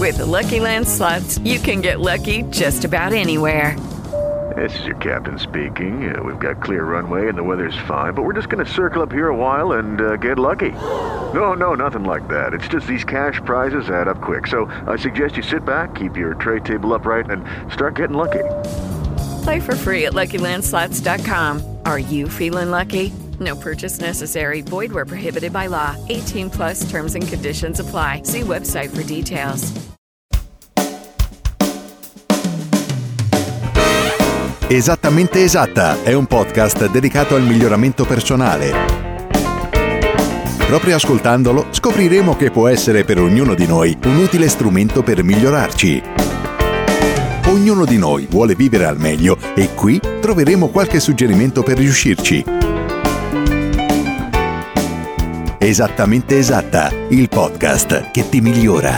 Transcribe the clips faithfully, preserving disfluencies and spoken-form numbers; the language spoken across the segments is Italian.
With the Lucky Land Slots, you can get lucky just about anywhere. This is your captain speaking. Uh, we've got clear runway and the weather's fine, but we're just going to circle up here a while and uh, get lucky. No, no, nothing like that. It's just these cash prizes add up quick. So I suggest you sit back, keep your tray table upright, and start getting lucky. Play for free at Lucky Land Slots dot com. Are you feeling lucky? No purchase necessary. Void where prohibited by law. eighteen plus terms and conditions apply. See website for details. Esattamente esatta è un podcast dedicato al miglioramento personale. Proprio ascoltandolo scopriremo che può essere per ognuno di noi un utile strumento per migliorarci. Ognuno di noi vuole vivere al meglio e qui troveremo qualche suggerimento per riuscirci. Esattamente esatta, il podcast che ti migliora.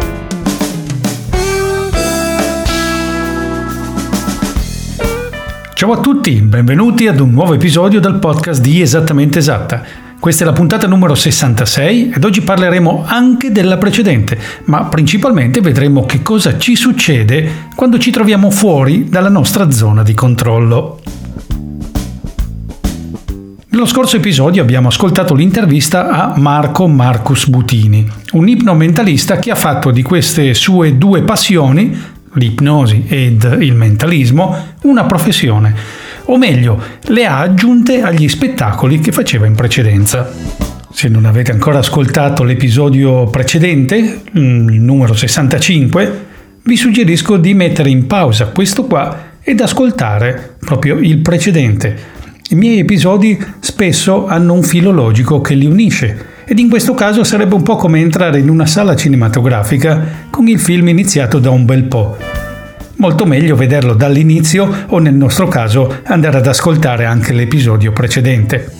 Ciao a tutti, benvenuti ad un nuovo episodio del podcast di Esattamente Esatta. Questa è la puntata numero sessantasei ed oggi parleremo anche della precedente, ma principalmente vedremo che cosa ci succede quando ci troviamo fuori dalla nostra zona di controllo. Nello scorso episodio abbiamo ascoltato l'intervista a Marco Marcus Butini, un ipnomentalista che ha fatto di queste sue due passioni, l'ipnosi ed il mentalismo, una professione, o meglio, le ha aggiunte agli spettacoli che faceva in precedenza. Se non avete ancora ascoltato l'episodio precedente, il numero sessantacinque, vi suggerisco di mettere in pausa questo qua ed ascoltare proprio il precedente. I miei episodi spesso hanno un filo logico che li unisce ed in questo caso sarebbe un po' come entrare in una sala cinematografica con il film iniziato da un bel po'. Molto meglio vederlo dall'inizio o nel nostro caso andare ad ascoltare anche l'episodio precedente.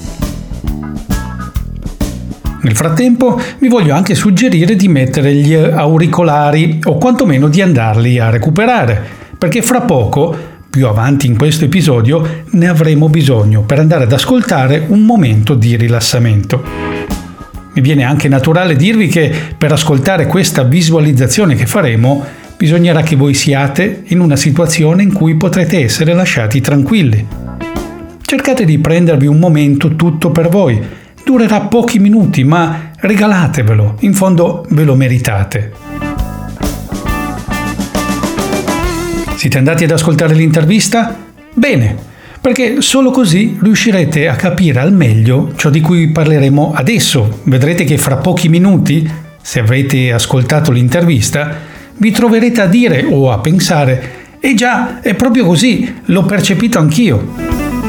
Nel frattempo vi voglio anche suggerire di mettere gli auricolari o quantomeno di andarli a recuperare, perché fra poco, più avanti in questo episodio, ne avremo bisogno per andare ad ascoltare un momento di rilassamento. Mi viene anche naturale dirvi che per ascoltare questa visualizzazione che faremo bisognerà che voi siate in una situazione in cui potrete essere lasciati tranquilli. Cercate di prendervi un momento tutto per voi. Durerà pochi minuti, ma regalatevelo, in fondo ve lo meritate. Siete andati ad ascoltare l'intervista? Bene, perché solo così riuscirete a capire al meglio ciò di cui parleremo adesso. Vedrete che fra pochi minuti, se avrete ascoltato l'intervista, vi troverete a dire o a pensare «Eh già, è proprio così, l'ho percepito anch'io».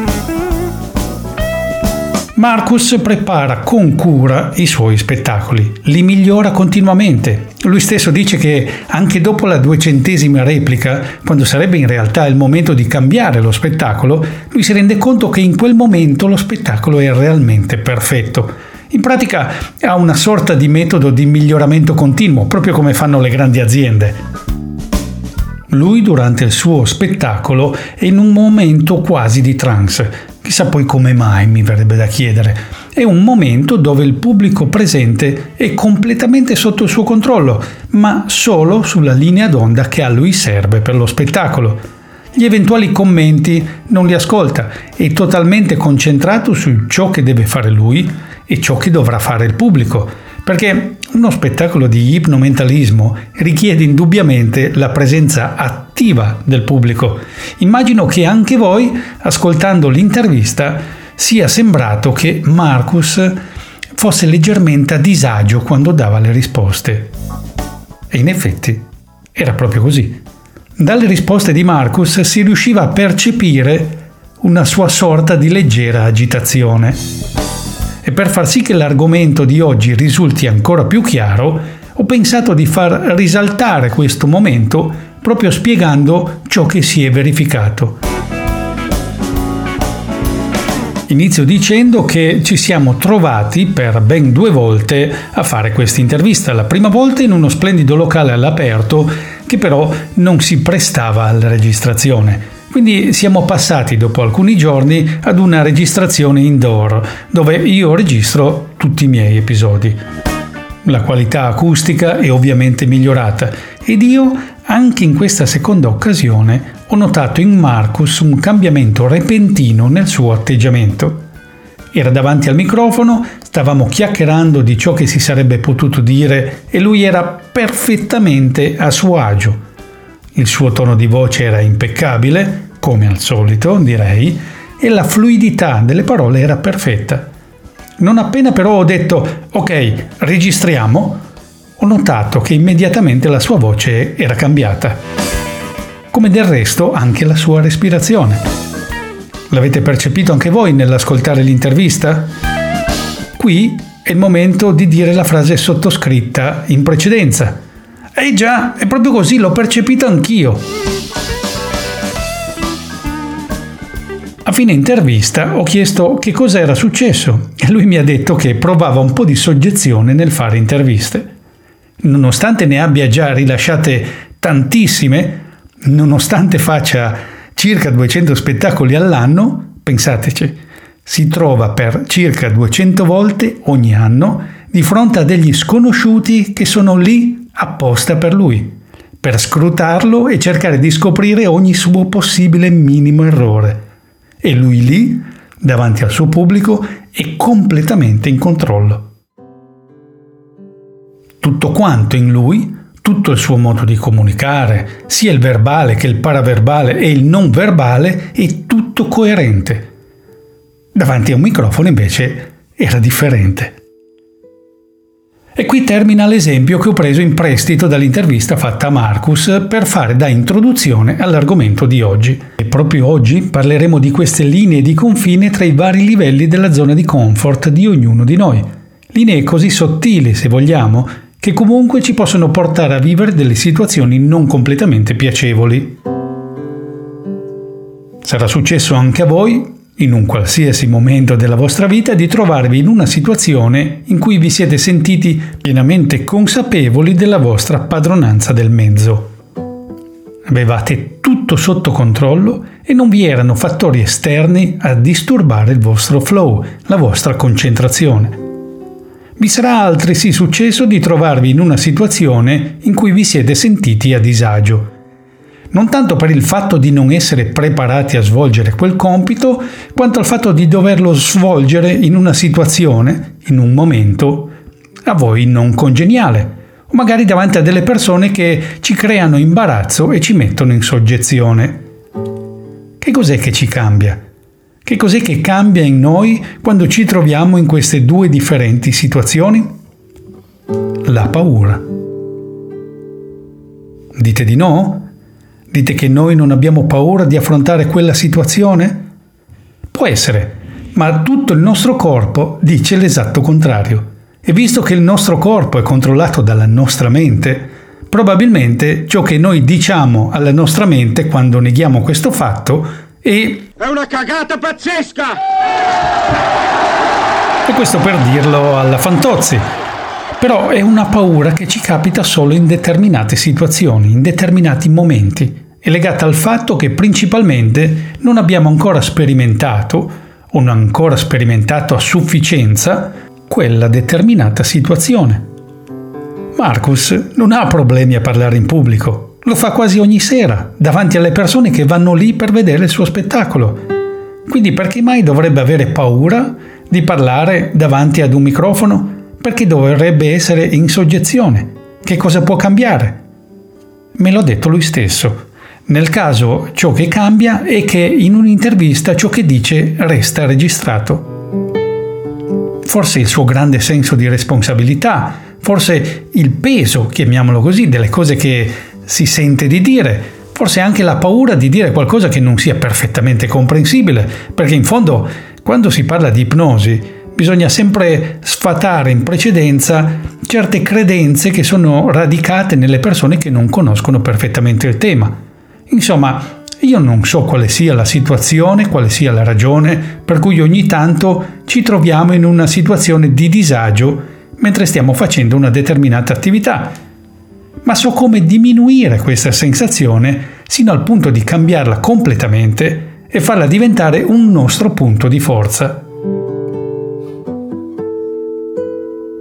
Marcus prepara con cura i suoi spettacoli, li migliora continuamente. Lui stesso dice che anche dopo la duecentesima replica, quando sarebbe in realtà il momento di cambiare lo spettacolo, lui si rende conto che in quel momento lo spettacolo è realmente perfetto. In pratica ha una sorta di metodo di miglioramento continuo, proprio come fanno le grandi aziende. Lui durante il suo spettacolo è in un momento quasi di trance. Chissà poi come mai, mi verrebbe da chiedere. È un momento dove il pubblico presente è completamente sotto il suo controllo, ma solo sulla linea d'onda che a lui serve per lo spettacolo. Gli eventuali commenti non li ascolta, è totalmente concentrato su ciò che deve fare lui e ciò che dovrà fare il pubblico, perché uno spettacolo di ipnomentalismo richiede indubbiamente la presenza attiva del pubblico. Immagino che anche voi, ascoltando l'intervista, sia sembrato che Marcus fosse leggermente a disagio quando dava le risposte. E in effetti era proprio così. Dalle risposte di Marcus si riusciva a percepire una sua sorta di leggera agitazione. E per far sì che l'argomento di oggi risulti ancora più chiaro, ho pensato di far risaltare questo momento proprio spiegando ciò che si è verificato. Inizio dicendo che ci siamo trovati per ben due volte a fare questa intervista. La prima volta in uno splendido locale all'aperto che però non si prestava alla registrazione. Quindi siamo passati dopo alcuni giorni ad una registrazione indoor, dove io registro tutti i miei episodi. la qualità acustica è ovviamente migliorata ed io, anche in questa seconda occasione, ho notato in Marcus un cambiamento repentino nel suo atteggiamento. Era davanti al microfono, stavamo chiacchierando di ciò che si sarebbe potuto dire e lui era perfettamente a suo agio. Il suo tono di voce era impeccabile, come al solito, direi, e la fluidità delle parole era perfetta. Non appena però ho detto «Ok, registriamo», ho notato che immediatamente la sua voce era cambiata. Come del resto anche la sua respirazione. L'avete percepito anche voi nell'ascoltare l'intervista? Qui è il momento di dire la frase sottoscritta in precedenza. Eh già, è proprio così, l'ho percepito anch'io. A fine intervista ho chiesto che cosa era successo e lui mi ha detto che provava un po' di soggezione nel fare interviste. Nonostante ne abbia già rilasciate tantissime, nonostante faccia circa duecento spettacoli all'anno, pensateci, si trova per circa duecento volte ogni anno di fronte a degli sconosciuti che sono lì apposta per lui, per scrutarlo e cercare di scoprire ogni suo possibile minimo errore. E lui lì, davanti al suo pubblico, è completamente in controllo. Tutto quanto in lui, tutto il suo modo di comunicare, sia il verbale che il paraverbale e il non verbale, è tutto coerente. Davanti a un microfono invece era differente. E qui termina l'esempio che ho preso in prestito dall'intervista fatta a Marcus per fare da introduzione all'argomento di oggi. E proprio oggi parleremo di queste linee di confine tra i vari livelli della zona di comfort di ognuno di noi. Linee così sottili, se vogliamo, che comunque ci possono portare a vivere delle situazioni non completamente piacevoli. Sarà successo anche a voi, in un qualsiasi momento della vostra vita, di trovarvi in una situazione in cui vi siete sentiti pienamente consapevoli della vostra padronanza del mezzo. Avevate tutto sotto controllo e non vi erano fattori esterni a disturbare il vostro flow, la vostra concentrazione. Vi sarà altresì successo di trovarvi in una situazione in cui vi siete sentiti a disagio. Non tanto per il fatto di non essere preparati a svolgere quel compito, quanto al fatto di doverlo svolgere in una situazione, in un momento, a voi non congeniale, o magari davanti a delle persone che ci creano imbarazzo e ci mettono in soggezione. Che cos'è che ci cambia? Che cos'è che cambia in noi quando ci troviamo in queste due differenti situazioni? La paura. Dite di no? Dite che noi non abbiamo paura di affrontare quella situazione? Può essere, ma tutto il nostro corpo dice l'esatto contrario. E visto che il nostro corpo è controllato dalla nostra mente, probabilmente ciò che noi diciamo alla nostra mente quando neghiamo questo fatto è È una cagata pazzesca! E questo per dirlo alla Fantozzi. Però è una paura che ci capita solo in determinate situazioni, in determinati momenti. È legata al fatto che principalmente non abbiamo ancora sperimentato, o non ancora sperimentato a sufficienza, quella determinata situazione. Marcus non ha problemi a parlare in pubblico. Lo fa quasi ogni sera, davanti alle persone che vanno lì per vedere il suo spettacolo. Quindi perché mai dovrebbe avere paura di parlare davanti ad un microfono? Perché dovrebbe essere in soggezione? Che cosa può cambiare? Me l'ha detto lui stesso. Nel caso ciò che cambia è che in un'intervista ciò che dice resta registrato. Forse il suo grande senso di responsabilità, forse il peso, chiamiamolo così, delle cose che si sente di dire, forse anche la paura di dire qualcosa che non sia perfettamente comprensibile, perché in fondo quando si parla di ipnosi bisogna sempre sfatare in precedenza certe credenze che sono radicate nelle persone che non conoscono perfettamente il tema. Insomma, io non so quale sia la situazione, quale sia la ragione per cui ogni tanto ci troviamo in una situazione di disagio mentre stiamo facendo una determinata attività. Ma so come diminuire questa sensazione sino al punto di cambiarla completamente e farla diventare un nostro punto di forza.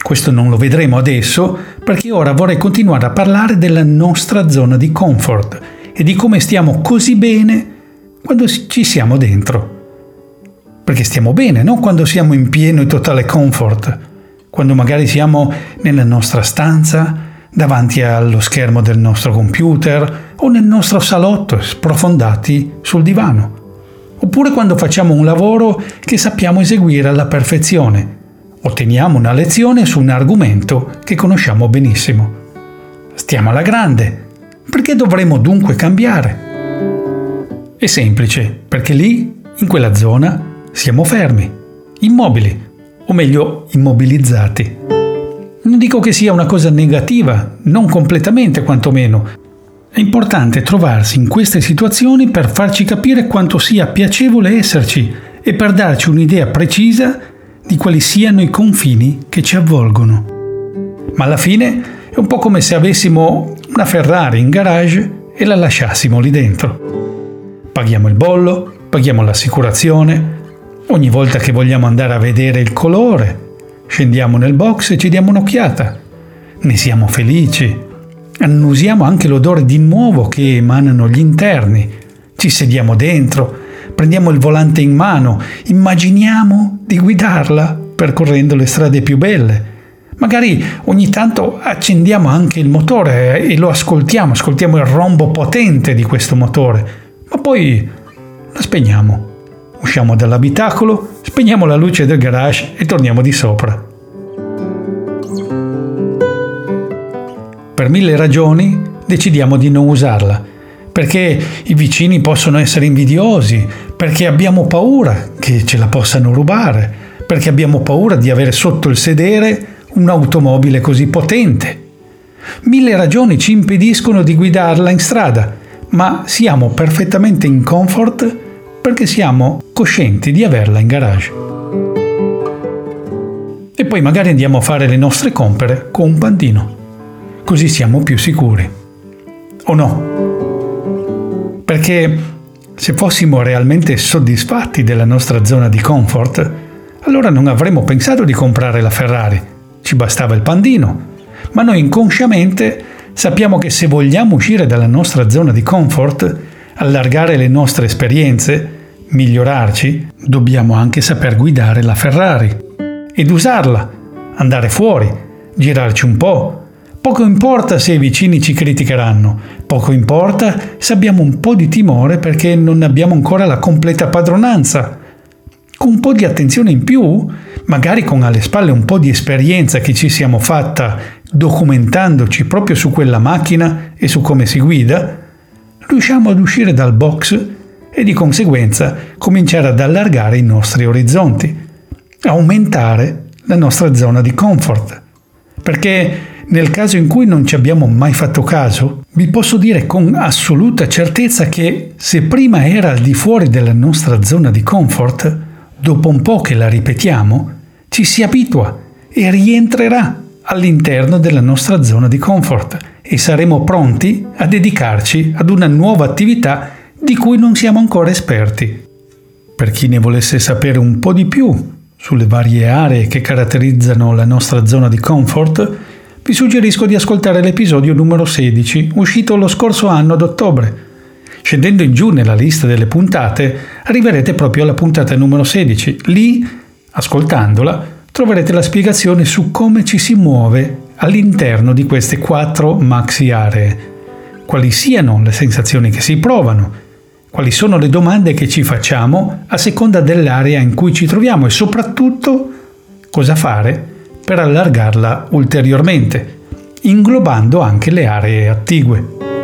Questo non lo vedremo adesso, perché ora vorrei continuare a parlare della nostra zona di comfort e di come stiamo così bene quando ci siamo dentro. Perché stiamo bene, non quando siamo in pieno e totale comfort, quando magari siamo nella nostra stanza, davanti allo schermo del nostro computer o nel nostro salotto sprofondati sul divano, oppure quando facciamo un lavoro che sappiamo eseguire alla perfezione, o teniamo una lezione su un argomento che conosciamo benissimo. Stiamo alla grande, perché dovremmo dunque cambiare? È semplice, perché lì, in quella zona, siamo fermi, immobili, o meglio immobilizzati. Non dico che sia una cosa negativa, non completamente quantomeno. È importante trovarsi in queste situazioni per farci capire quanto sia piacevole esserci e per darci un'idea precisa di quali siano i confini che ci avvolgono. Ma alla fine è un po' come se avessimo una Ferrari in garage e la lasciassimo lì dentro. Paghiamo il bollo, paghiamo l'assicurazione. Ogni volta che vogliamo andare a vedere il colore, scendiamo nel box e ci diamo un'occhiata. Ne siamo felici. Annusiamo anche l'odore di nuovo che emanano gli interni. Ci sediamo dentro, prendiamo il volante in mano, immaginiamo di guidarla percorrendo le strade più belle. Magari ogni tanto accendiamo anche il motore e lo ascoltiamo, ascoltiamo il rombo potente di questo motore, ma poi lo spegniamo. Usciamo dall'abitacolo, spegniamo la luce del garage e torniamo di sopra. Per mille ragioni decidiamo di non usarla, perché i vicini possono essere invidiosi, perché abbiamo paura che ce la possano rubare, perché abbiamo paura di avere sotto il sedere un'automobile così potente. Mille ragioni ci impediscono di guidarla in strada, ma siamo perfettamente in comfort perché siamo coscienti di averla in garage. E poi magari andiamo a fare le nostre compere con un pandino. Così siamo più sicuri. O no? Perché se fossimo realmente soddisfatti della nostra zona di comfort, allora non avremmo pensato di comprare la Ferrari. Ci bastava il pandino. Ma noi inconsciamente sappiamo che se vogliamo uscire dalla nostra zona di comfort, allargare le nostre esperienze, migliorarci, dobbiamo anche saper guidare la Ferrari ed usarla, andare fuori, girarci un po'. Poco importa se i vicini ci criticheranno, poco importa se abbiamo un po' di timore perché non abbiamo ancora la completa padronanza. Con un po' di attenzione in più, magari con alle spalle un po' di esperienza che ci siamo fatta documentandoci proprio su quella macchina e su come si guida, riusciamo ad uscire dal box e di conseguenza cominciare ad allargare i nostri orizzonti, aumentare la nostra zona di comfort. Perché nel caso in cui non ci abbiamo mai fatto caso, vi posso dire con assoluta certezza che se prima era al di fuori della nostra zona di comfort, dopo un po' che la ripetiamo, ci si abitua e rientrerà all'interno della nostra zona di comfort e saremo pronti a dedicarci ad una nuova attività di cui non siamo ancora esperti. Per chi ne volesse sapere un po' di più sulle varie aree che caratterizzano la nostra zona di comfort, vi suggerisco di ascoltare l'episodio numero sedici, uscito lo scorso anno ad ottobre. Scendendo in giù nella lista delle puntate, arriverete proprio alla puntata numero sedici. Lì, ascoltandola, troverete la spiegazione su come ci si muove all'interno di queste quattro maxi aree, quali siano le sensazioni che si provano, quali sono le domande che ci facciamo a seconda dell'area in cui ci troviamo e soprattutto cosa fare per allargarla ulteriormente, inglobando anche le aree attigue.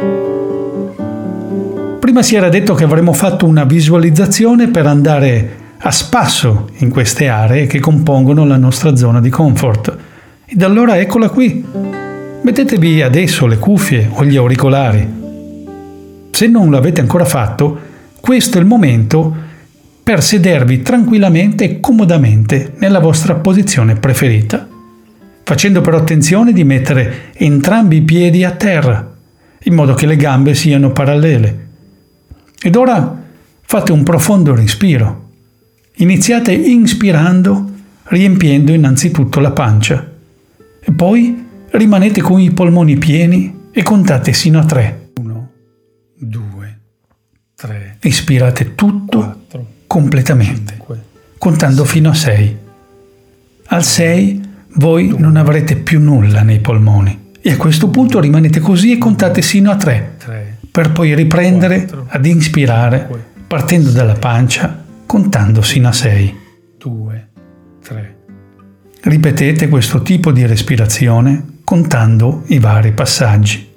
Prima si era detto che avremmo fatto una visualizzazione per andare a spasso in queste aree che compongono la nostra zona di comfort. Ed allora eccola qui. Mettetevi adesso le cuffie o gli auricolari. Se non l'avete ancora fatto, questo è il momento per sedervi tranquillamente e comodamente nella vostra posizione preferita, facendo però attenzione di mettere entrambi i piedi a terra, in modo che le gambe siano parallele. Ed ora fate un profondo respiro. Iniziate inspirando, riempiendo innanzitutto la pancia. E poi rimanete con i polmoni pieni e contate sino a tre. uno, due, tre. Espirate tutto quattro, completamente, cinque, contando sei, fino a sei. Al sei voi due, non avrete più nulla nei polmoni e a questo punto rimanete così e contate sino a tre, tre per poi riprendere quattro, ad inspirare cinque, partendo dalla pancia, contando sino a sei. due, tre. Ripetete questo tipo di respirazione contando i vari passaggi.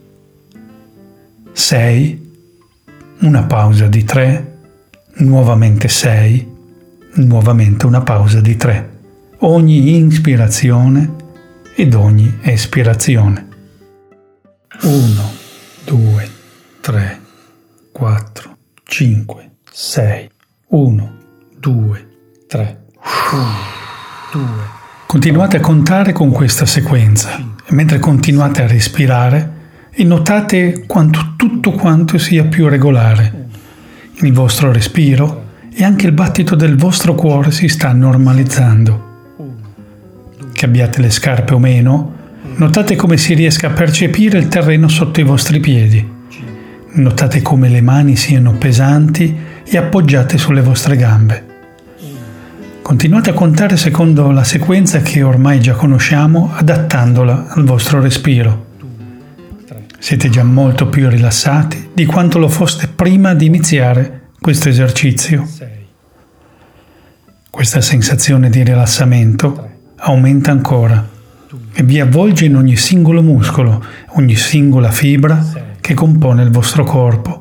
sei, una pausa di tre, nuovamente sei, nuovamente una pausa di tre. Ogni inspirazione ed ogni espirazione. uno, due, tre, quattro, cinque, sei. uno, due, tre, uno, due. Continuate a contare con questa sequenza e mentre continuate a respirare e notate quanto tutto quanto sia più regolare. Il vostro respiro e anche il battito del vostro cuore si sta normalizzando. Che abbiate le scarpe o meno, notate come si riesca a percepire il terreno sotto i vostri piedi. Notate come le mani siano pesanti e appoggiate sulle vostre gambe. Continuate a contare secondo la sequenza che ormai già conosciamo, adattandola al vostro respiro. Siete già molto più rilassati di quanto lo foste prima di iniziare questo esercizio. Questa sensazione di rilassamento aumenta ancora e vi avvolge in ogni singolo muscolo, ogni singola fibra che compone il vostro corpo.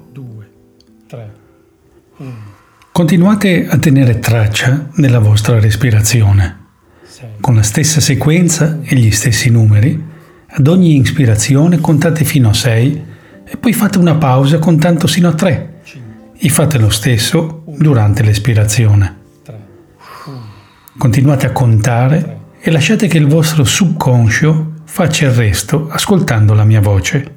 Continuate a tenere traccia della vostra respirazione. Con la stessa sequenza e gli stessi numeri, ad ogni ispirazione contate fino a sei e poi fate una pausa contando sino a tre e fate lo stesso durante l'espirazione. Continuate a contare e lasciate che il vostro subconscio faccia il resto ascoltando la mia voce.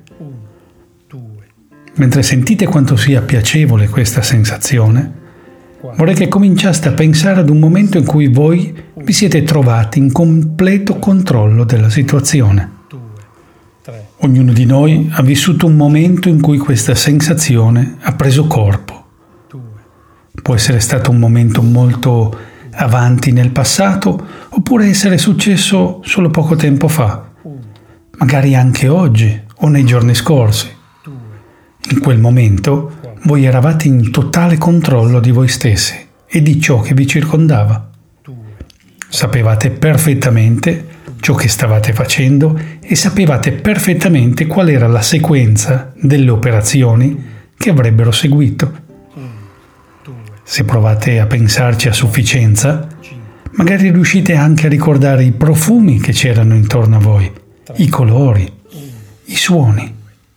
Mentre sentite quanto sia piacevole questa sensazione, vorrei che cominciaste a pensare ad un momento in cui voi vi siete trovati in completo controllo della situazione. Ognuno di noi ha vissuto un momento in cui questa sensazione ha preso corpo. Può essere stato un momento molto avanti nel passato, oppure essere successo solo poco tempo fa, magari anche oggi o nei giorni scorsi. In quel momento voi eravate in totale controllo di voi stessi e di ciò che vi circondava. Sapevate perfettamente ciò che stavate facendo e sapevate perfettamente qual era la sequenza delle operazioni che avrebbero seguito. Se provate a pensarci a sufficienza, magari riuscite anche a ricordare i profumi che c'erano intorno a voi, i colori, i suoni.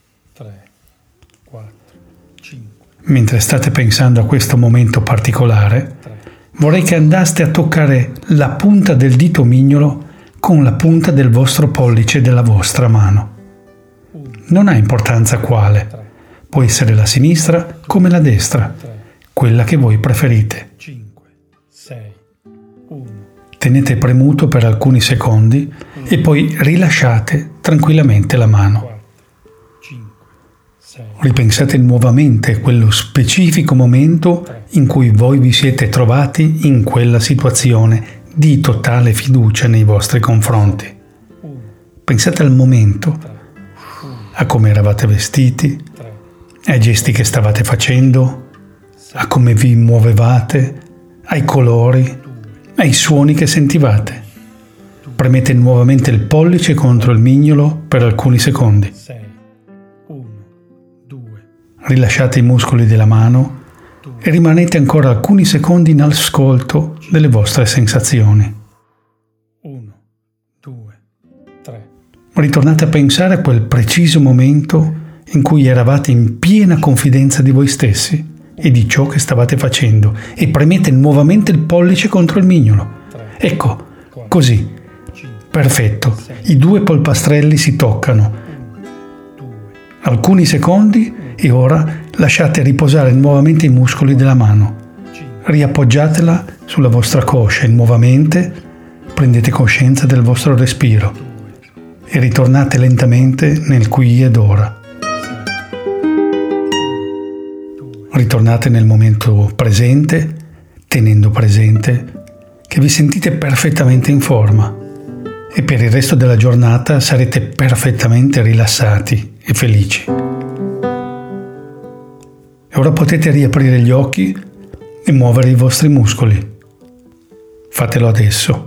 Mentre state pensando a questo momento particolare, vorrei che andaste a toccare la punta del dito mignolo con la punta del vostro pollice della vostra mano. Non ha importanza quale, può essere la sinistra come la destra, quella che voi preferite. Tenete premuto per alcuni secondi e poi rilasciate tranquillamente la mano. Ripensate nuovamente a quello specifico momento in cui voi vi siete trovati in quella situazione di totale fiducia nei vostri confronti. Pensate al momento, a come eravate vestiti, ai gesti che stavate facendo, a come vi muovevate, ai colori, ai suoni che sentivate. Premete nuovamente il pollice contro il mignolo per alcuni secondi. Rilasciate i muscoli della mano e rimanete ancora alcuni secondi in ascolto delle vostre sensazioni. Ritornate a pensare a quel preciso momento in cui eravate in piena confidenza di voi stessi e di ciò che stavate facendo e premete nuovamente il pollice contro il mignolo. Ecco, così. Perfetto. I due polpastrelli si toccano. Alcuni secondi e ora lasciate riposare nuovamente i muscoli della mano. Riappoggiatela sulla vostra coscia e nuovamente prendete coscienza del vostro respiro. e ritornate lentamente nel qui ed ora. Ritornate nel momento presente, tenendo presente che vi sentite perfettamente in forma e per il resto della giornata sarete perfettamente rilassati e felici. E ora potete riaprire gli occhi e muovere i vostri muscoli. Fatelo adesso.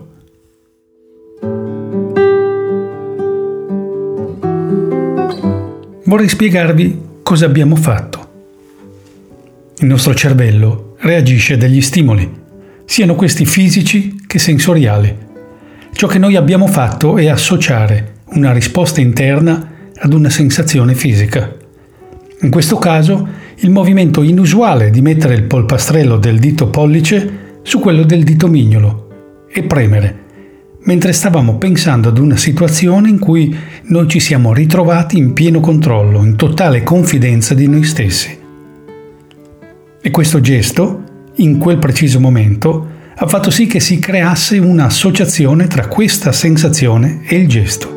Vorrei spiegarvi cosa abbiamo fatto. Il nostro cervello reagisce a degli stimoli, siano questi fisici che sensoriali. Ciò che noi abbiamo fatto è associare una risposta interna ad una sensazione fisica. In questo caso, il movimento inusuale di mettere il polpastrello del dito pollice su quello del dito mignolo e premere, mentre stavamo pensando ad una situazione in cui noi ci siamo ritrovati in pieno controllo, in totale confidenza di noi stessi. E questo gesto, in quel preciso momento, ha fatto sì che si creasse un'associazione tra questa sensazione e il gesto.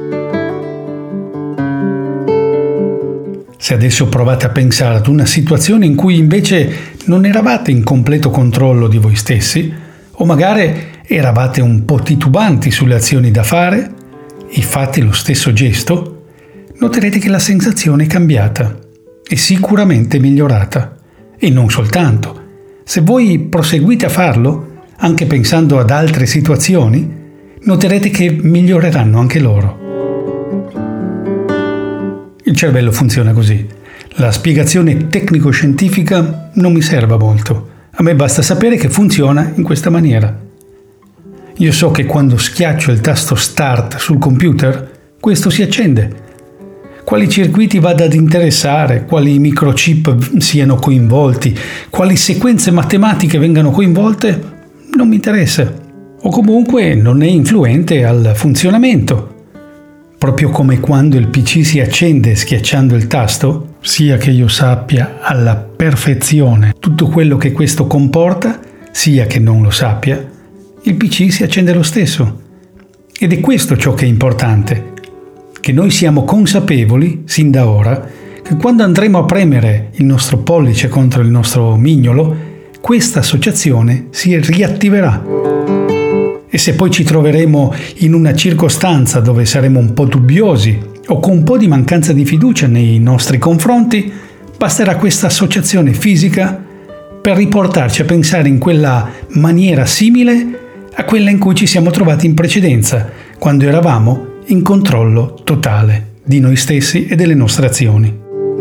Se adesso provate a pensare ad una situazione in cui invece non eravate in completo controllo di voi stessi, o magari eravate un po' titubanti sulle azioni da fare e fate lo stesso gesto, noterete che la sensazione è cambiata e sicuramente migliorata. E non soltanto. Se voi proseguite a farlo, anche pensando ad altre situazioni, noterete che miglioreranno anche loro. Il cervello funziona così. La spiegazione tecnico-scientifica non mi serve molto. A me basta sapere che funziona in questa maniera. Io so che quando schiaccio il tasto Start sul computer, questo si accende. Quali circuiti vada ad interessare, quali microchip siano coinvolti, quali sequenze matematiche vengano coinvolte, non mi interessa. O comunque non è influente al funzionamento. Proprio come quando il P C si accende schiacciando il tasto, sia che io sappia alla perfezione tutto quello che questo comporta, sia che non lo sappia, il P C si accende lo stesso. Ed è questo ciò che è importante, che noi siamo consapevoli, sin da ora, che quando andremo a premere il nostro pollice contro il nostro mignolo, questa associazione si riattiverà. E se poi ci troveremo in una circostanza dove saremo un po' dubbiosi o con un po' di mancanza di fiducia nei nostri confronti, basterà questa associazione fisica per riportarci a pensare in quella maniera simile a quella in cui ci siamo trovati in precedenza, quando eravamo in controllo totale di noi stessi e delle nostre azioni.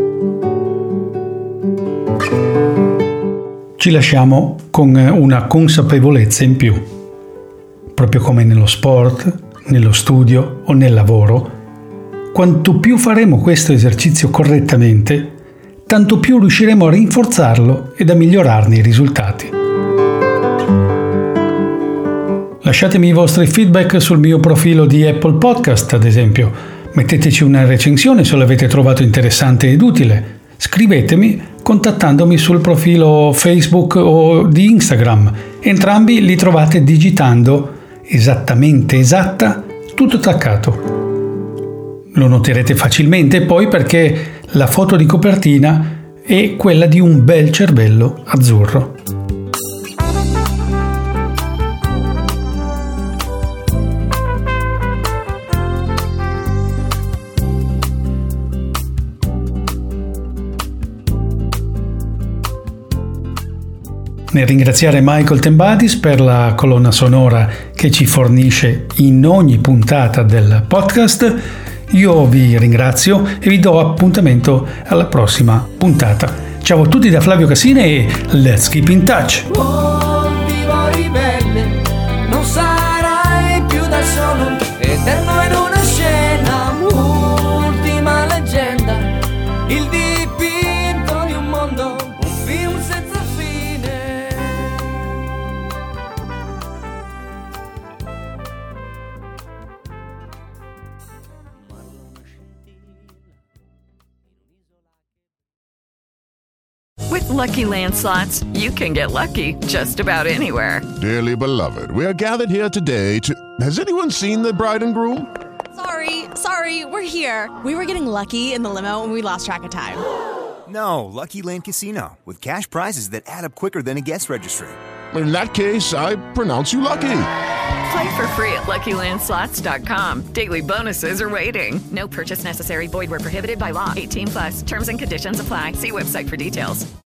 Ci lasciamo con una consapevolezza in più. Proprio come nello sport, nello studio o nel lavoro, quanto più faremo questo esercizio correttamente, tanto più riusciremo a rinforzarlo ed a migliorarne i risultati. Lasciatemi i vostri feedback sul mio profilo di Apple Podcast, ad esempio. Metteteci una recensione se l'avete trovato interessante ed utile. Scrivetemi contattandomi sul profilo Facebook o di Instagram. Entrambi li trovate digitando esattamente esatta, tutto attaccato. Lo noterete facilmente poi perché la foto di copertina è quella di un bel cervello azzurro. Nel ringraziare Michael Tembadis per la colonna sonora che ci fornisce in ogni puntata del podcast, io vi ringrazio e vi do appuntamento alla prossima puntata. Ciao a tutti da Flavio Cassine e let's keep in touch! Oh, vivo ribelle, non sarai più da solo, eterno in una scena, ultima leggenda, il dipinto di un mondo, un film senza fine. With Lucky Land Slots, you can get lucky just about anywhere. Dearly beloved, we are gathered here today to... Has anyone seen the bride and groom? Sorry, sorry, we're here. We were getting lucky in the limo and we lost track of time. No, Lucky Land Casino, with cash prizes that add up quicker than a guest registry. In that case, I pronounce you lucky. Play for free at Lucky Land Slots dot com. Daily bonuses are waiting. No purchase necessary. Void where prohibited by law. eighteen plus. Terms and conditions apply. See website for details.